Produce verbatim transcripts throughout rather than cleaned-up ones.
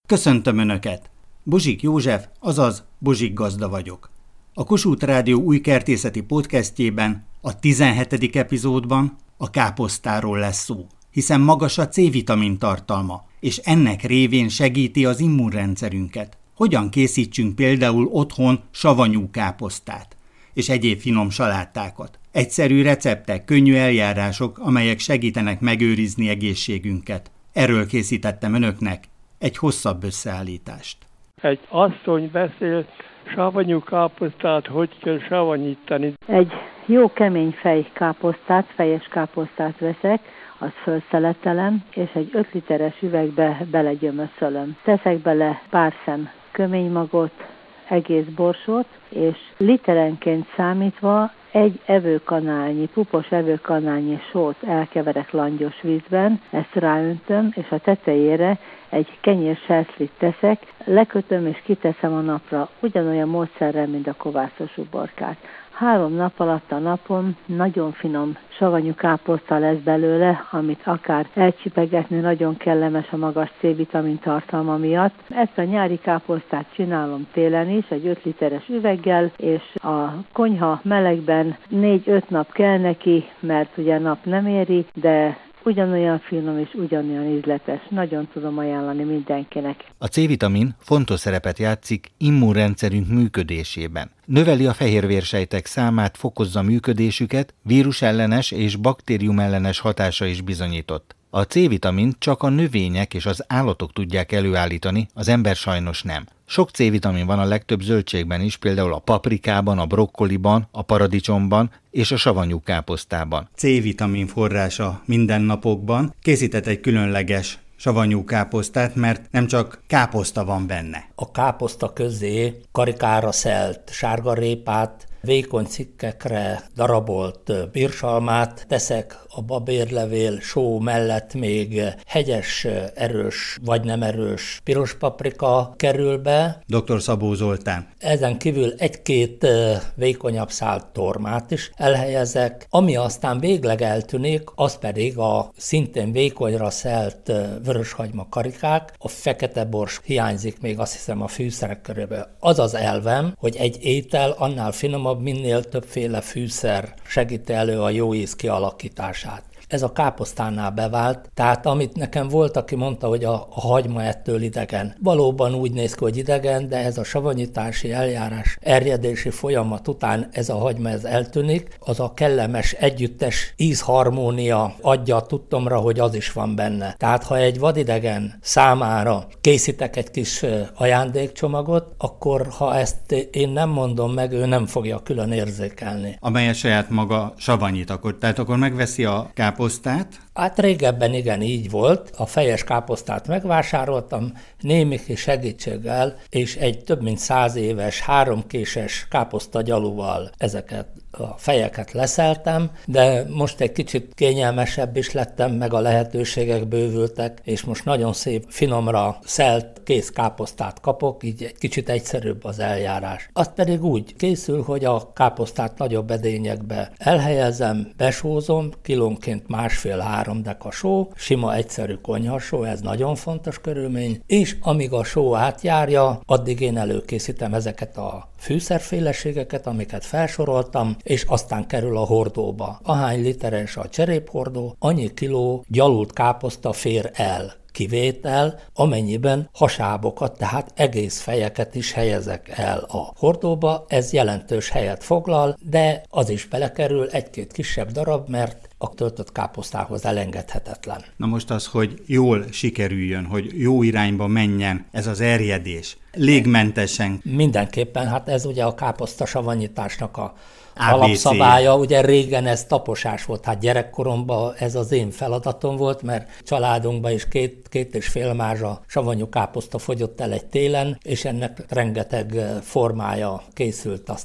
Köszöntöm Önöket! Bozsik József, azaz Bozsik Gazda vagyok. A Kossuth Rádió új kertészeti podcastjében, a tizenhetedik epizódban a káposztáról lesz szó, hiszen magas a C-vitamin tartalma, és ennek révén segíti az immunrendszerünket. Hogyan készítsünk például otthon savanyú káposztát és egyéb finom salátákat. Egyszerű receptek, könnyű eljárások, amelyek segítenek megőrizni egészségünket. Erről készítettem Önöknek egy hosszabb összeállítást. Egy asszony beszél, savanyú káposztát hogy kell savanyítani. Egy jó kemény fejkáposztát, fejes káposztát veszek, azt felszeletelem, és egy öt literes üvegbe belegyömöszölöm. Teszek bele pár szem köménymagot, egész borsót, és literenként számítva egy evőkanálnyi, pupos evőkanálnyi sót elkeverek langyos vízben, ezt ráöntöm, és a tetejére egy kenyér serszlit teszek, lekötöm és kiteszem a napra, ugyanolyan módszerrel, mint a kovászos uborkát. Három nap alatt a napon nagyon finom savanyú káposzta lesz belőle, amit akár elcsipegetni, nagyon kellemes a magas C-vitamin tartalma miatt. Ezt a nyári káposztát csinálom télen is, egy öt literes üveggel, és a konyha melegben négy-öt nap kell neki, mert ugye nap nem éri, de ugyanolyan finom és ugyanolyan ízletes. Nagyon tudom ajánlani mindenkinek. A C-vitamin fontos szerepet játszik immunrendszerünk működésében. Növeli a fehérvérsejtek számát, fokozza működésüket, vírusellenes és baktériumellenes hatása is bizonyított. A C-vitamint csak a növények és az állatok tudják előállítani, az ember sajnos nem. Sok C-vitamin van a legtöbb zöldségben is, például a paprikában, a brokkoliban, a paradicsomban és a savanyú káposztában. C-vitamin forrása mindennapokban. Készített egy különleges savanyú káposztát, mert nem csak káposzta van benne. A káposzta közé karikára szelt sárgarépát, vékony cikkekre darabolt birsalmát teszek, a babérlevél, só mellett még hegyes, erős vagy nem erős piros paprika kerül be. doktor Szabó Zoltán. Ezen kívül egy-két vékonyabb szált tormát is elhelyezek, ami aztán végleg eltűnik, az pedig a szintén vékonyra szelt vöröshagyma karikák, a fekete bors hiányzik még, azt hiszem, a fűszerek körülbelül. Az az elvem, hogy egy étel annál finomabb, minél többféle fűszer segíti elő a jó íz kialakítását. Ez a káposztánál bevált, tehát amit nekem volt, aki mondta, hogy a, a hagyma ettől idegen. Valóban úgy néz ki, hogy idegen, de ez a savanyítási eljárás, erjedési folyamat után ez a hagyma ez eltűnik, az a kellemes együttes ízharmónia adja tudtomra, hogy az is van benne. Tehát ha egy vadidegen számára készítek egy kis ajándékcsomagot, akkor ha ezt én nem mondom meg, ő nem fogja külön érzékelni. Amelyet saját maga savanyít, akkor, tehát akkor megveszi a káposztát, káposztát? Hát régebben igen, így volt. A fejes káposztát megvásároltam némi kis segítséggel, és egy több mint száz éves, háromkéses káposztagyaluval ezeket a fejeket leszeltem, de most egy kicsit kényelmesebb is lettem, meg a lehetőségek bővültek, és most nagyon szép, finomra szelt kész káposztát kapok, így egy kicsit egyszerűbb az eljárás. Az pedig úgy készül, hogy a káposztát nagyobb edényekbe elhelyezem, besózom, kilónként másfél-három deka só, sima egyszerű konyhasó, ez nagyon fontos körülmény, és amíg a só átjárja, addig én előkészítem ezeket a fűszerféleségeket, amiket felsoroltam, és aztán kerül a hordóba. Ahány literes a cseréphordó, annyi kiló gyalult káposzta fér el. Kivétel, amennyiben hasábokat, tehát egész fejeket is helyezek el a hordóba, ez jelentős helyet foglal, de az is belekerül egy-két kisebb darab, mert a töltött káposztához elengedhetetlen. Na most az, hogy jól sikerüljön, hogy jó irányba menjen ez az erjedés, légmentesen. Mindenképpen, hát ez ugye a káposzta savanyításnak a á bé cé. Alapszabálya, ugye régen ez taposás volt, hát gyerekkoromban ez az én feladatom volt, mert családunkban is két, két és fél mázsa savanyú káposzta fogyott el egy télen, és ennek rengeteg formája készült aztán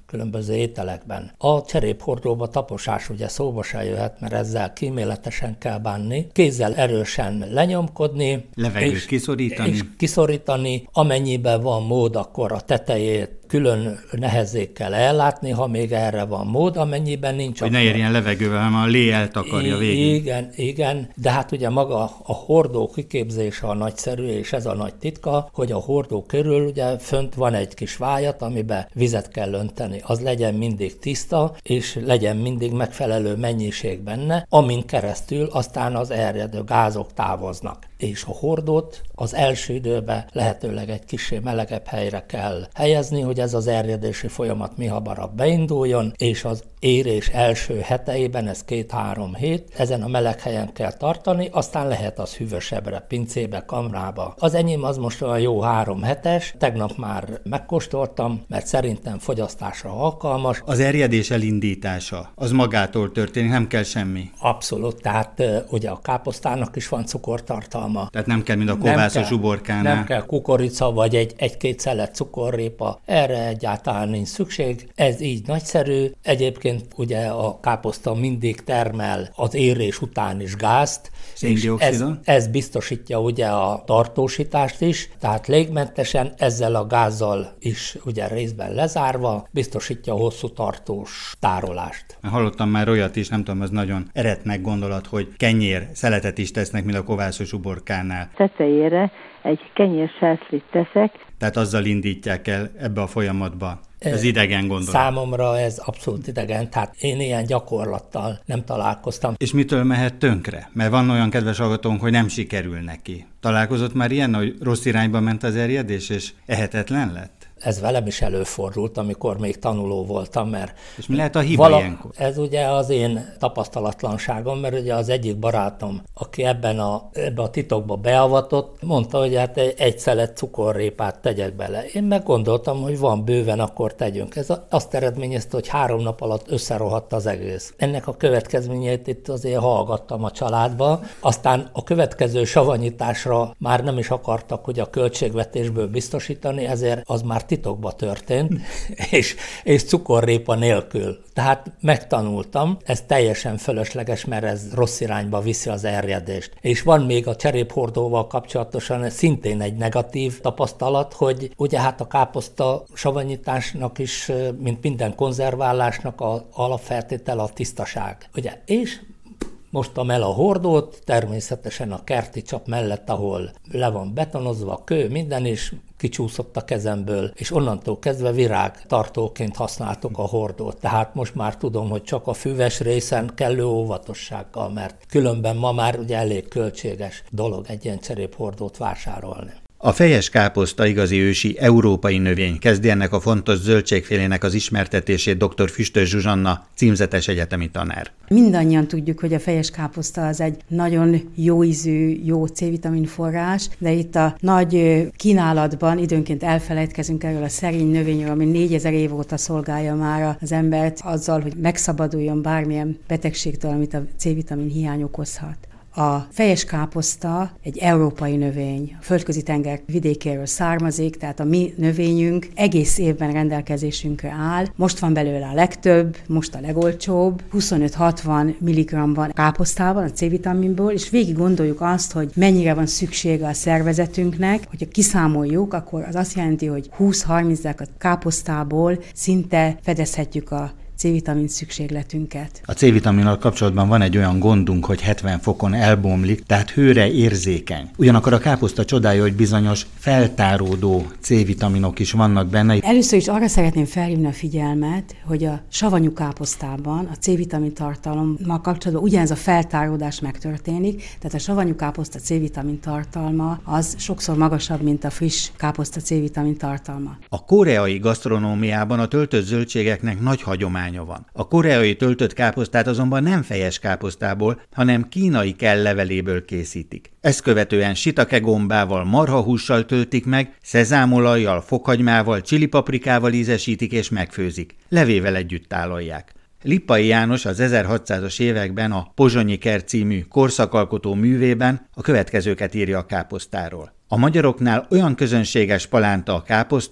különböző ételekben. A cseréphordóba taposás ugye szóba se jöhet, mert ezzel kíméletesen kell bánni, kézzel erősen lenyomkodni, levegőt és, kiszorítani. és kiszorítani, amennyiben van mód, akkor a tetejét külön nehezékkel ellátni, ha még erre van mód, amennyiben nincs. Hogy ne érjen levegővel, hanem a lé eltakarja végig. Igen, igen, de hát ugye maga a hordó kiképzése a nagyszerű, és ez a nagy titka, hogy a hordó körül ugye fönt van egy kis vájat, amiben vizet kell önteni. Az legyen mindig tiszta, és legyen mindig megfelelő mennyiség benne, amin keresztül aztán az erjedő gázok távoznak. És a hordót az első időben lehetőleg egy kissé melegebb helyre kell helyezni, hogy ez az erjedési folyamat mihamarabb beinduljon, és az érés első heteiben, ez két-három hét, ezen a meleg helyen kell tartani, aztán lehet az hűvösebbre, pincébe, kamrába. Az enyém az most olyan jó három hetes, tegnap már megkóstoltam, mert szerintem fogyasztásra alkalmas. Az erjedés elindítása, az magától történik, nem kell semmi. Abszolút, tehát ugye a káposztának is van cukortartalma. Tehát nem kell, mint a kovászos uborkánál. Nem kell kukorica, vagy egy, egy-két szelet cukorrépa, erre egyáltalán nincs szükség. Ez így nagyszerű. Egyébként ugye a káposzta mindig termel az érés után is gázt, és ez, ez biztosítja ugye a tartósítást is, tehát légmentesen, ezzel a gázzal is ugye részben lezárva biztosítja a hosszú tartós tárolást. Hallottam már olyat is, nem tudom, ez nagyon eretnek gondolat, hogy kenyér szeletet is tesznek, mint a kovászos uborkánál. Tetejére egy kenyérsászlit teszek. Tehát azzal indítják el ebbe a folyamatba. Ez idegen gondolat. Számomra ez abszolút idegen, tehát én ilyen gyakorlattal nem találkoztam. És mitől mehet tönkre? Mert van olyan kedves hallgatónk, hogy nem sikerül neki. Találkozott már ilyen, hogy rossz irányba ment az erjedés, és ehetetlen lett? Ez velem is előfordult, amikor még tanuló voltam, mert... És mi lehet a hiba vala, ilyenkor? Ez ugye az én tapasztalatlanságom, mert ugye az egyik barátom, aki ebben a, ebben a titokba beavatott, mondta, hogy hát egy szelet cukorrépát tegyek bele. Én meg gondoltam, hogy van bőven, akkor tegyünk. Ez azt eredményezte, hogy három nap alatt összerohadt az egész. Ennek a következményeit itt azért hallgattam a családba, aztán a következő savanyításra már nem is akartak, hogy a költségvetésből biztosítani, ezért az már titokba történt, és, és cukorrépa nélkül. Tehát megtanultam, ez teljesen fölösleges, mert ez rossz irányba viszi az erjedést. És van még a cseréphordóval kapcsolatosan szintén egy negatív tapasztalat, hogy ugye hát a káposzta savanyításnak is, mint minden konzerválásnak az alapfeltétele a tisztaság. Ugye, és mostam el a hordót, természetesen a kerti csap mellett, ahol le van betonozva a kő, minden is kicsúszott a kezemből, és onnantól kezdve virágtartóként használtuk a hordót. Tehát most már tudom, hogy csak a füves részen kellő óvatossággal, mert különben ma már ugye elég költséges dolog egy ilyen cseréphordót vásárolni. A fejes káposzta igazi ősi európai növény. Kezdi ennek a fontos zöldségfélének az ismertetését dr. Füstös Zsuzsanna, címzetes egyetemi tanár. Mindannyian tudjuk, hogy a fejes káposzta az egy nagyon jó ízű, jó C-vitamin forrás, de itt a nagy kínálatban időnként elfelejtkezünk erről a szerény növényről, ami négyezer év óta szolgálja már az embert azzal, hogy megszabaduljon bármilyen betegségtől, amit a C-vitamin hiány okozhat. A fejes káposzta egy európai növény, a földközi tenger vidékéről származik, tehát a mi növényünk egész évben rendelkezésünkre áll. Most van belőle a legtöbb, most a legolcsóbb, huszonöt-hatvan milligramm káposztában, a C-vitaminból, és végig gondoljuk azt, hogy mennyire van szüksége a szervezetünknek, hogyha kiszámoljuk, akkor az azt jelenti, hogy húsz-harminc a káposztából szinte fedezhetjük a C-vitamin szükségletünket. A C-vitaminnal kapcsolatban van egy olyan gondunk, hogy hetven fokon elbomlik, tehát hőre érzékeny. Ugyanakkor a káposzta csodája, hogy bizonyos feltáródó C-vitaminok is vannak benne. Először is arra szeretném felhívni a figyelmet, hogy a savanyú káposztában a C-vitamin tartalommal kapcsolatban ugyanez a feltáródás megtörténik, tehát a savanyú káposzta C-vitamin tartalma az sokszor magasabb, mint a friss káposzta C-vitamin tartalma. A koreai gasztronómiában a töltött zöldségeknek nagy hagyomány van. A koreai töltött káposztát azonban nem fejes káposztából, hanem kínai kell leveléből készítik. Ezt követően shiitake gombával, marhahússal töltik meg, szezámolajjal, fokhagymával, csilipaprikával ízesítik és megfőzik. Levével együtt tálalják. Lippai János az ezerhatszázas években a Pozsonyi kert című korszakalkotó művében a következőket írja a káposztáról. A magyaroknál olyan közönséges palánta a káposzta,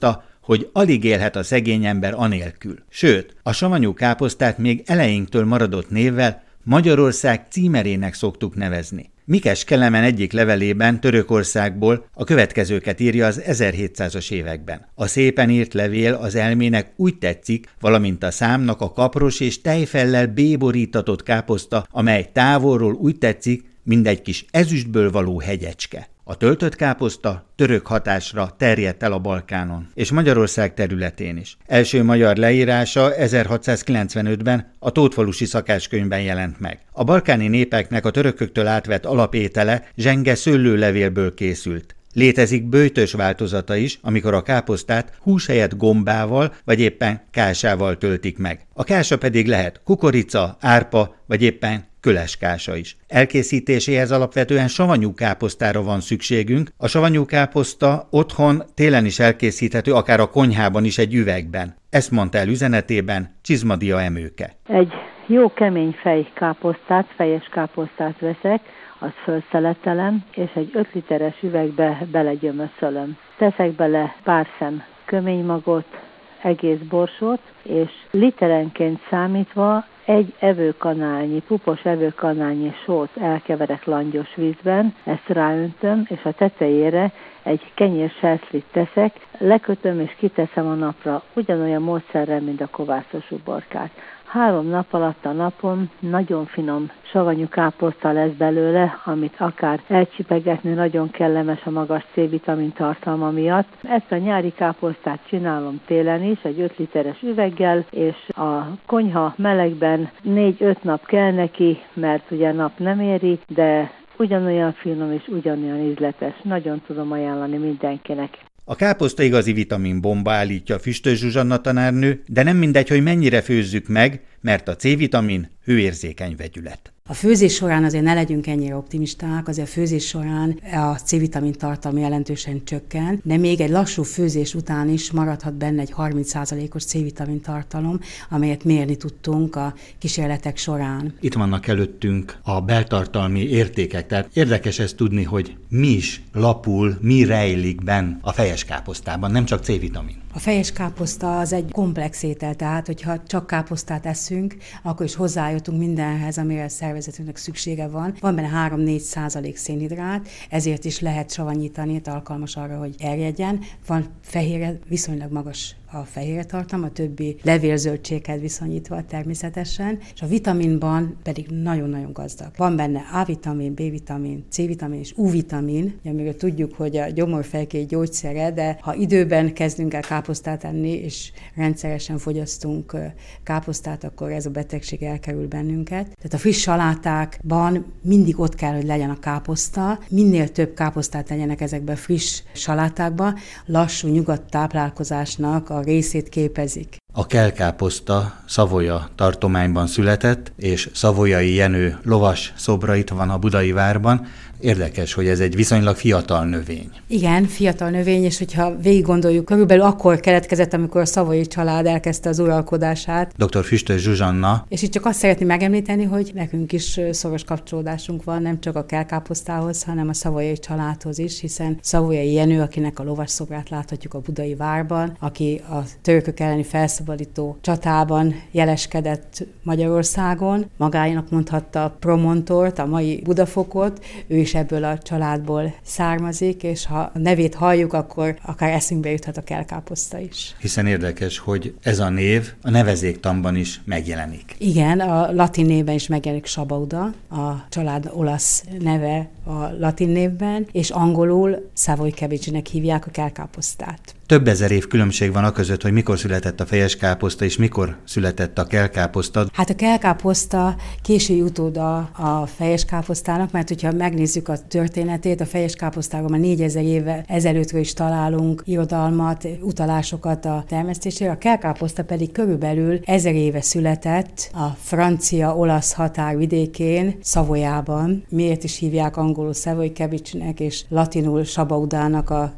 hogy alig élhet a szegény ember anélkül. Sőt, a savanyú káposztát még elejénktől maradott névvel Magyarország címerének szoktuk nevezni. Mikes Kelemen egyik levelében Törökországból a következőket írja az ezerhétszázas években. A szépen írt levél az elmének úgy tetszik, valamint a számnak a kapros és tejfellel béborítatott káposzta, amely távolról úgy tetszik, mint egy kis ezüstből való hegyecske. A töltött káposzta török hatásra terjedt el a Balkánon, és Magyarország területén is. Első magyar leírása ezerhatszázkilencvenötben a Tótfalusi Szakácskönyvben jelent meg. A balkáni népeknek a törököktől átvett alapétele zsenge szőlőlevélből készült. Létezik böjtös változata is, amikor a káposztát hús helyett gombával vagy éppen kásával töltik meg. A kása pedig lehet kukorica, árpa vagy éppen köles kása is. Elkészítéséhez alapvetően savanyú káposztára van szükségünk. A savanyú káposzta otthon télen is elkészíthető, akár a konyhában is egy üvegben. Ezt mondta el üzenetében Csizmadia Emőke. Egy jó kemény fejkáposztát, fejes káposztát veszek, azt fölszeletelem, és egy öt literes üvegbe belegyömöszölöm. Teszek bele pár szem köménymagot, egész borsot, és literenként számítva egy evőkanálnyi, pupos evőkanálnyi sót elkeverek langyos vízben, ezt ráöntöm, és a tetejére egy kenyérserszlit teszek, lekötöm és kiteszem a napra, ugyanolyan módszerrel, mint a kovászos uborkát. Három nap alatt a napon nagyon finom savanyú káposzta lesz belőle, amit akár elcsipegetni, nagyon kellemes a magas C-vitamin tartalma miatt. Ezt a nyári káposztát csinálom télen is, egy öt literes üveggel, és a konyha melegben négy-öt nap kell neki, mert ugye nap nem éri, de ugyanolyan finom és ugyanolyan ízletes. Nagyon tudom ajánlani mindenkinek. A káposzta igazi vitaminbomba, állítja Füstös Zsuzsanna tanárnő, de nem mindegy, hogy mennyire főzzük meg, mert a C-vitamin hőérzékeny vegyület. A főzés során azért ne legyünk ennyire optimisták, azért a főzés során a C-vitamin tartalma jelentősen csökken, de még egy lassú főzés után is maradhat benne egy harminc százalékos C-vitamin tartalom, amelyet mérni tudtunk a kísérletek során. Itt vannak előttünk a beltartalmi értékek, tehát érdekes ezt tudni, hogy mi is lapul, mi rejlik benn a fejes káposztában, nem csak C-vitamin. A fejes káposzta az egy komplex étel, tehát hogyha csak káposztát eszünk, akkor is hozzájutunk mindenhez, amire a szervezetünknek szüksége van. Van benne három-négy százalék szénhidrát, ezért is lehet savanyítani, alkalmas arra, hogy erjedjen. Van fehérje, viszonylag magas a fehérje tartalma, a többi levélzöldséghez viszonyítva természetesen, és a vitaminban pedig nagyon-nagyon gazdag. Van benne A-vitamin, B-vitamin, C-vitamin és U-vitamin, amiről tudjuk, hogy a gyomorfejkély gyógyszere, de ha időben kezdünk el káposztát enni, és rendszeresen fogyasztunk káposztát, akkor ez a betegség elkerül bennünket. Tehát a friss salátákban mindig ott kell, hogy legyen a káposzta, minél több káposztát legyenek ezekben a friss salátákban, lassú, nyugodt táplálkozásnak a részét képezik. A kelkáposzta Savoya tartományban született, és Savoyai Jenő lovas szobra itt van a Budai Várban. Érdekes, hogy ez egy viszonylag fiatal növény. Igen, fiatal növény, és hogyha végig gondoljuk, körülbelül akkor keletkezett, amikor a Savoyai család elkezdte az uralkodását. doktor Füstös Zsuzsanna. És itt csak azt szeretném megemlíteni, hogy nekünk is szoros kapcsolódásunk van, nem csak a kelkáposztához, hanem a Savoyai családhoz is, hiszen Savoyai Jenő, akinek a lovas szobrát láthatjuk a Budai Várban, aki a törökök elleni felszabadító csatában jeleskedett Magyarországon, magának mondhatta a Promontort, a mai Budafokot, ő is ebből a családból származik, és ha a nevét halljuk, akkor akár eszünkbe juthat a kelkáposzta is. Hiszen érdekes, hogy ez a név a nevezéktanban is megjelenik. Igen, a latin névben is megjelenik Sabauda, a család olasz neve a latin névben, és angolul Savoy cabbage-nek hívják a kelkáposztát. Több ezer év különbség van aközött, hogy mikor született a fejes káposzta, és mikor született a kelkáposzta. Hát a kelkáposzta késői utóda a fejes káposztának, mert hogyha megnézzük a történetét, a fejes káposztáról már négyezer évvel ezelőttről is találunk irodalmat, utalásokat a termesztésére, a kelkáposzta pedig körülbelül ezer éve született a francia-olasz határvidékén, Savoyában. Miért is hívják angolul Savoy cabbage-nek és latinul Sabaudának a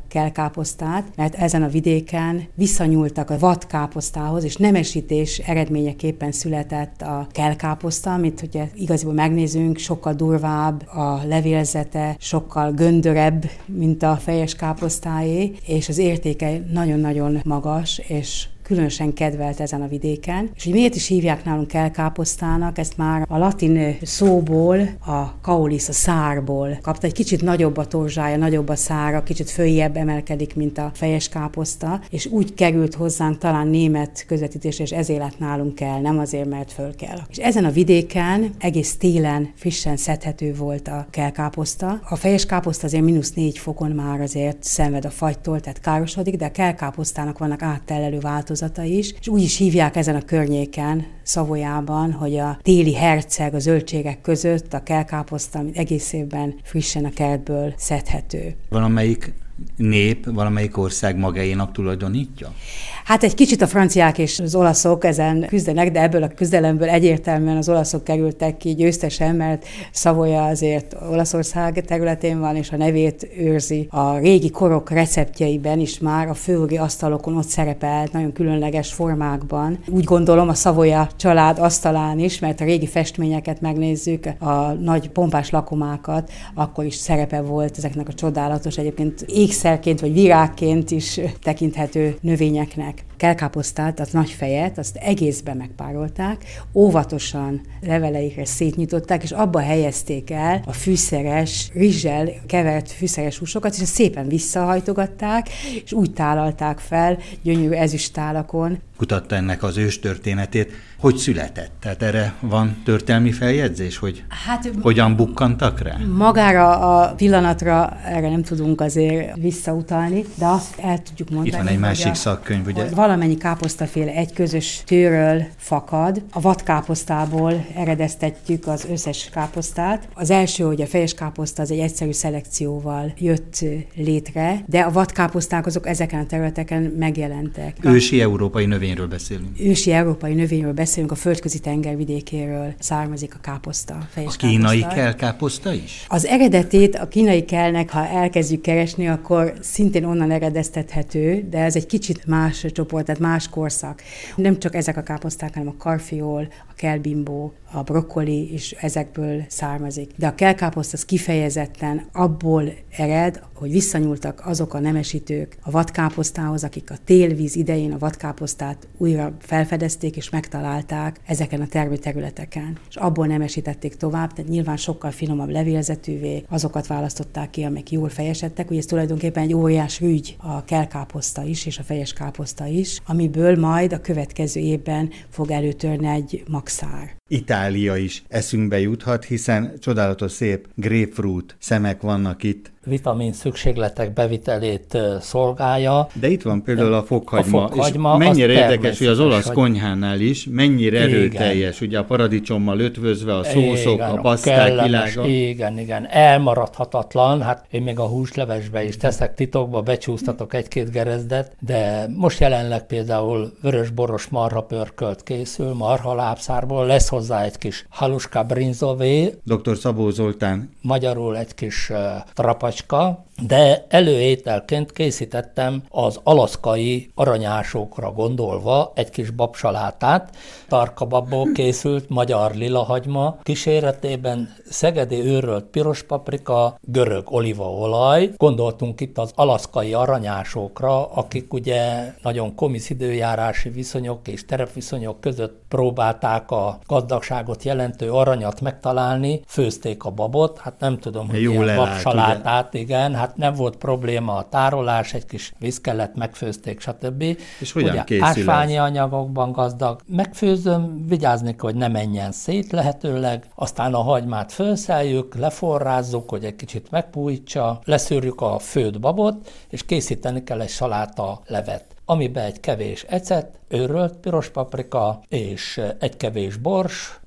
kelkáposztát, mert ezen a vidéken visszanyúltak a vadkáposztához, és nemesítés eredményeképpen született a kelkáposzta, amit ugye igaziból megnézünk, sokkal durvább a levélzete, sokkal göndörebb, mint a fejes káposztáé, és az értéke nagyon-nagyon magas, és különösen kedvelt ezen a vidéken. És hogy miért is hívják nálunk kelkáposztának, ezt már a latin szóból, a caulis, a szárból kapta. Egy kicsit nagyobb a torzsája, nagyobb a szára, kicsit följebb emelkedik, mint a fejes káposzta, és úgy került hozzánk talán német közvetítésre, és ezért lett nálunk kell, nem azért, mert föl kell. És ezen a vidéken egész télen frissen szedhető volt a kelkáposzta. A fejes káposzta azért mínusz négy fokon már azért szenved a fagytól, tehát károsodik, de a kelkáposztának vannak áttelelő változatai is, és úgy is hívják ezen a környéken, Savoyában, hogy a téli herceg a zöldségek között a kelkáposzta, amit egész évben frissen a kertből szedhető. Valamelyik nép, valamelyik ország magáénak tulajdonítja? Hát egy kicsit a franciák és az olaszok ezen küzdenek, de ebből a küzdelemből egyértelműen az olaszok kerültek ki győztesen, mert Savoya azért Olaszország területén van, és a nevét őrzi. A régi korok receptjeiben is már a főúri asztalokon ott szerepelt, nagyon különleges formákban. Úgy gondolom a Savoya család asztalán is, mert a régi festményeket megnézzük, a nagy pompás lakomákat, akkor is szerepe volt ezeknek a csodálatos, egyébként ékszerként vagy virágként is tekinthető növényeknek. Kelkáposztát, az nagy fejet, azt egészben megpárolták, óvatosan leveleikre szétnyitották, és abba helyezték el a fűszeres, rizssel kevert fűszeres húsokat, és szépen visszahajtogatták, és úgy tálalták fel gyönyörű ezüsttálakon. Kutatta ennek az őstörténetét, hogy született? Tehát erre van történelmi feljegyzés, hogy hát, hogyan bukkantak rá? Magára a pillanatra erre nem tudunk azért visszautalni, de azt el tudjuk mondani. Itt van egy másik a, szakkönyv, ugye? Valamennyi káposztaféle egy közös tőről fakad. A vadkáposztából eredeztetjük az összes káposztát. Az első, hogy a fejes káposzta az egy egyszerű szelekcióval jött létre, de a vadkáposzták azok ezeken a területeken megjelentek. Ősi európai növényről beszélünk. Ősi európai növényről beszélünk, a földközi tenger vidékéről származik a káposzta. A, fejes a kínai káposzta. kelkáposzta is? Az eredetét a kínai kelnek, ha elkezdjük keresni, akkor szintén onnan eredeztethető, de ez egy kicsit más csoport, tehát más korszak. Nem csak ezek a káposzták, hanem a karfiol, a kelbimbó, a brokkoli is ezekből származik. De a kelkáposzt az kifejezetten abból ered, hogy visszanyúltak azok a nemesítők a vadkáposztához, akik a télvíz idején a vadkáposztát újra felfedezték és megtalálták ezeken a termőterületeken. És abból nemesítették tovább, tehát nyilván sokkal finomabb levélzetűvé, azokat választották ki, amik jól fejesedtek. Ugye ez tulajdonképpen egy óriás rügy a kelkáposzta is, és a fejes káposzta is, amiből majd a következő évben fog előtörni egy magszár. Itália is eszünkbe juthat, hiszen csodálatos szép grapefruit szemek vannak itt. Vitamin szükségletek bevitelét szolgálja. De itt van például a fokhagyma. A fokhagyma és mennyire érdekes, hogy az olasz konyhánál is mennyire igen. erőteljes, ugye a paradicsommal ötvözve, a szószok, igen, a paszták kellemes, világa. Igen, igen, elmaradhatatlan. Hát én még a húslevesbe is teszek titokba, becsúsztatok egy-két gerezdet, de most jelenleg például vörösboros marhapörkölt készül, marhalábszárból, lesz hozzá egy kis haluska brinzové. doktor Szabó Zoltán. Magyarul egy kis uh, trapacska, de előételként készítettem az alaszkai aranyásokra gondolva egy kis babsalátát. Tarkababból készült magyar lilahagyma, kíséretében szegedi őrölt piros paprika, görög olívaolaj. Gondoltunk itt az alaszkai aranyásokra, akik ugye nagyon komisz időjárási viszonyok és terepviszonyok között próbálták a gazdagságot jelentő aranyat megtalálni, főzték a babot, hát nem tudom, hogy ilyen babsalátát, igen, hát nem volt probléma a tárolás, egy kis víz kellett, megfőzték, stb. És hogyan ugye, készül ásványi ez? anyagokban gazdag. Megfőzöm, vigyázni, hogy ne menjen szét lehetőleg, aztán a hagymát felszeljük, leforrázzuk, hogy egy kicsit megpuhítsa, leszűrjük a főtt babot, és készíteni kell egy saláta levet, amiben egy kevés ecet, őrölt piros paprika és egy kevés bors,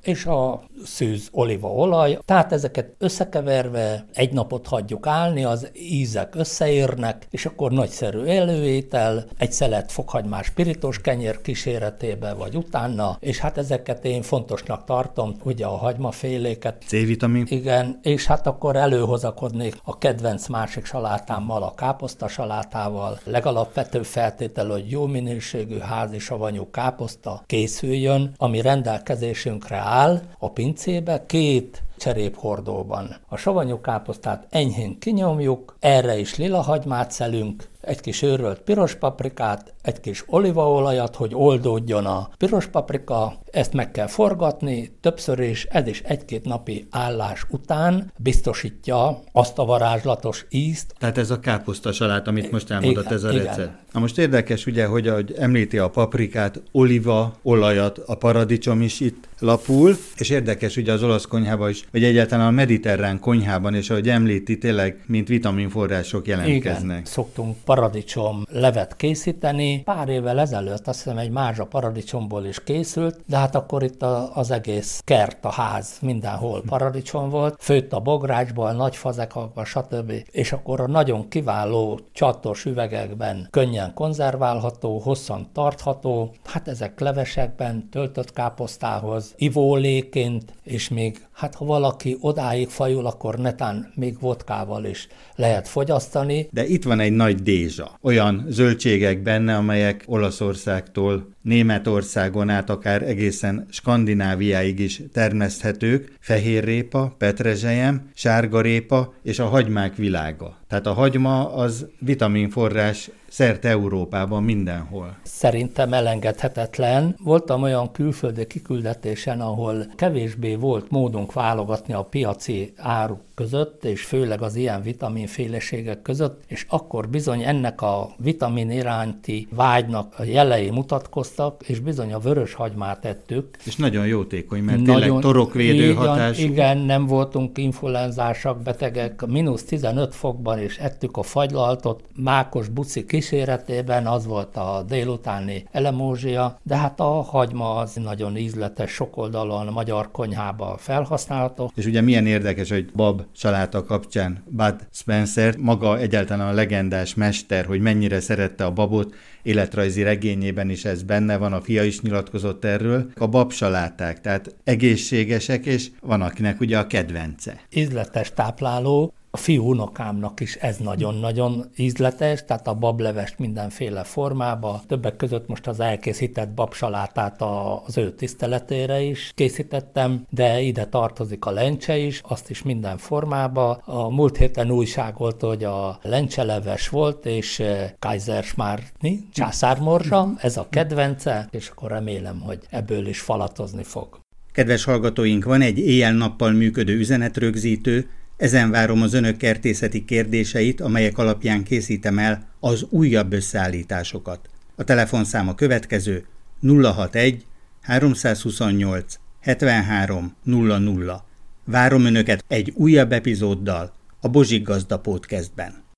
és a szűz olívaolaj. Tehát ezeket összekeverve egy napot hagyjuk állni, az ízek összeérnek, és akkor nagyszerű előétel, egy szelet fokhagymás pirítós kenyér kíséretébe vagy utána, és hát ezeket én fontosnak tartom, ugye a hagymaféléket. C-vitamin. Igen, és hát akkor előhozakodnék a kedvenc másik salátámmal, a káposzta salátával. Legalapvetőbb feltétel, hogy jó minőségű házi savanyú káposzta készüljön, ami rendelkezésünkre áll a pincébe, két cseréphordóban. A savanyú káposztát enyhén kinyomjuk, erre is lilahagymát szelünk, egy kis őrölt piros paprikát, egy kis olívaolajat, hogy oldódjon a piros paprika, ezt meg kell forgatni többször is, ez is egy-két napi állás után biztosítja azt a varázslatos ízt. Tehát ez a káposzta salát, amit most elmondott, igen, ez a igen. recept. Na most érdekes ugye, hogy ahogy említi a paprikát, oliva, olajat, a paradicsom is itt lapul, és érdekes ugye az olasz konyhában is, vagy egyáltalán a mediterrán konyhában, és ahogy említi, tényleg, mint vitaminforrások jelentkeznek. Igen, szoktunk paradicsom levet készíteni. Pár évvel ezelőtt azt hiszem egy mázsa paradicsomból is készült, de hát akkor itt a, az egész kert, a ház, mindenhol paradicsom volt, főtt a bográcsból, nagy fazekakban, stb. És akkor a nagyon kiváló csatos üvegekben könnyen konzerválható, hosszan tartható, hát ezek levesekben, töltött káposztához, ivóléként, és még, hát ha valaki odáig fajul, akkor netán még vodkával is lehet fogyasztani. De itt van egy nagy dézsa. Olyan zöldségek benne, amelyek Olaszországtól Németországon át akár egészen Skandináviáig is termeszthetők, fehérrépa, petrezselyem, sárgarépa és a hagymák világa. Tehát a hagyma az vitaminforrás szerte Európában mindenhol. Szerintem elengedhetetlen. Voltam olyan külföldi kiküldetésen, ahol kevésbé volt módunk válogatni a piaci áruk között, és főleg az ilyen vitaminféleségek között, és akkor bizony ennek a vitamin iránti vágynak a jelei mutatkoztak, és bizony a vörös hagymát ettük. És nagyon jótékony, mert nagyon, tényleg torokvédő igen, hatású. Igen, nem voltunk influenzásak, betegek, mínusz tizenöt fokban is ettük a fagylaltot, mákos buci kíséretében, az volt a délutáni elemózsia, de hát a hagyma az nagyon ízletes, sokoldalon a magyar konyhában felhasználható. És ugye milyen érdekes, hogy bab saláta kapcsán Bud Spencer, maga egyáltalán a legendás mester, hogy mennyire szerette a babot, életrajzi regényében is ez benne van, a fia is nyilatkozott erről. A babsaláták, tehát egészségesek, és van akinek ugye a kedvence. Ízletes tápláló. A fiú unokámnak is ez nagyon-nagyon ízletes, tehát a bablevest mindenféle formába. Többek között most az elkészített babsalátát az ő tiszteletére is készítettem, de ide tartozik a lencse is, azt is minden formába. A múlt héten újságolt, hogy a lencseleves volt, és Kaiserschmarrni, császármorzsa, ez a kedvence, és akkor remélem, hogy ebből is falatozni fog. Kedves hallgatóink, van egy éjjel-nappal működő üzenetrögzítő, ezen várom az önök kertészeti kérdéseit, amelyek alapján készítem el az újabb összeállításokat. A telefonszám a következő nulla hatvanegy háromszázhuszonnyolc hetvenhárom nulla nulla. Várom önöket egy újabb epizóddal a Bozsik Gazda Podcastben.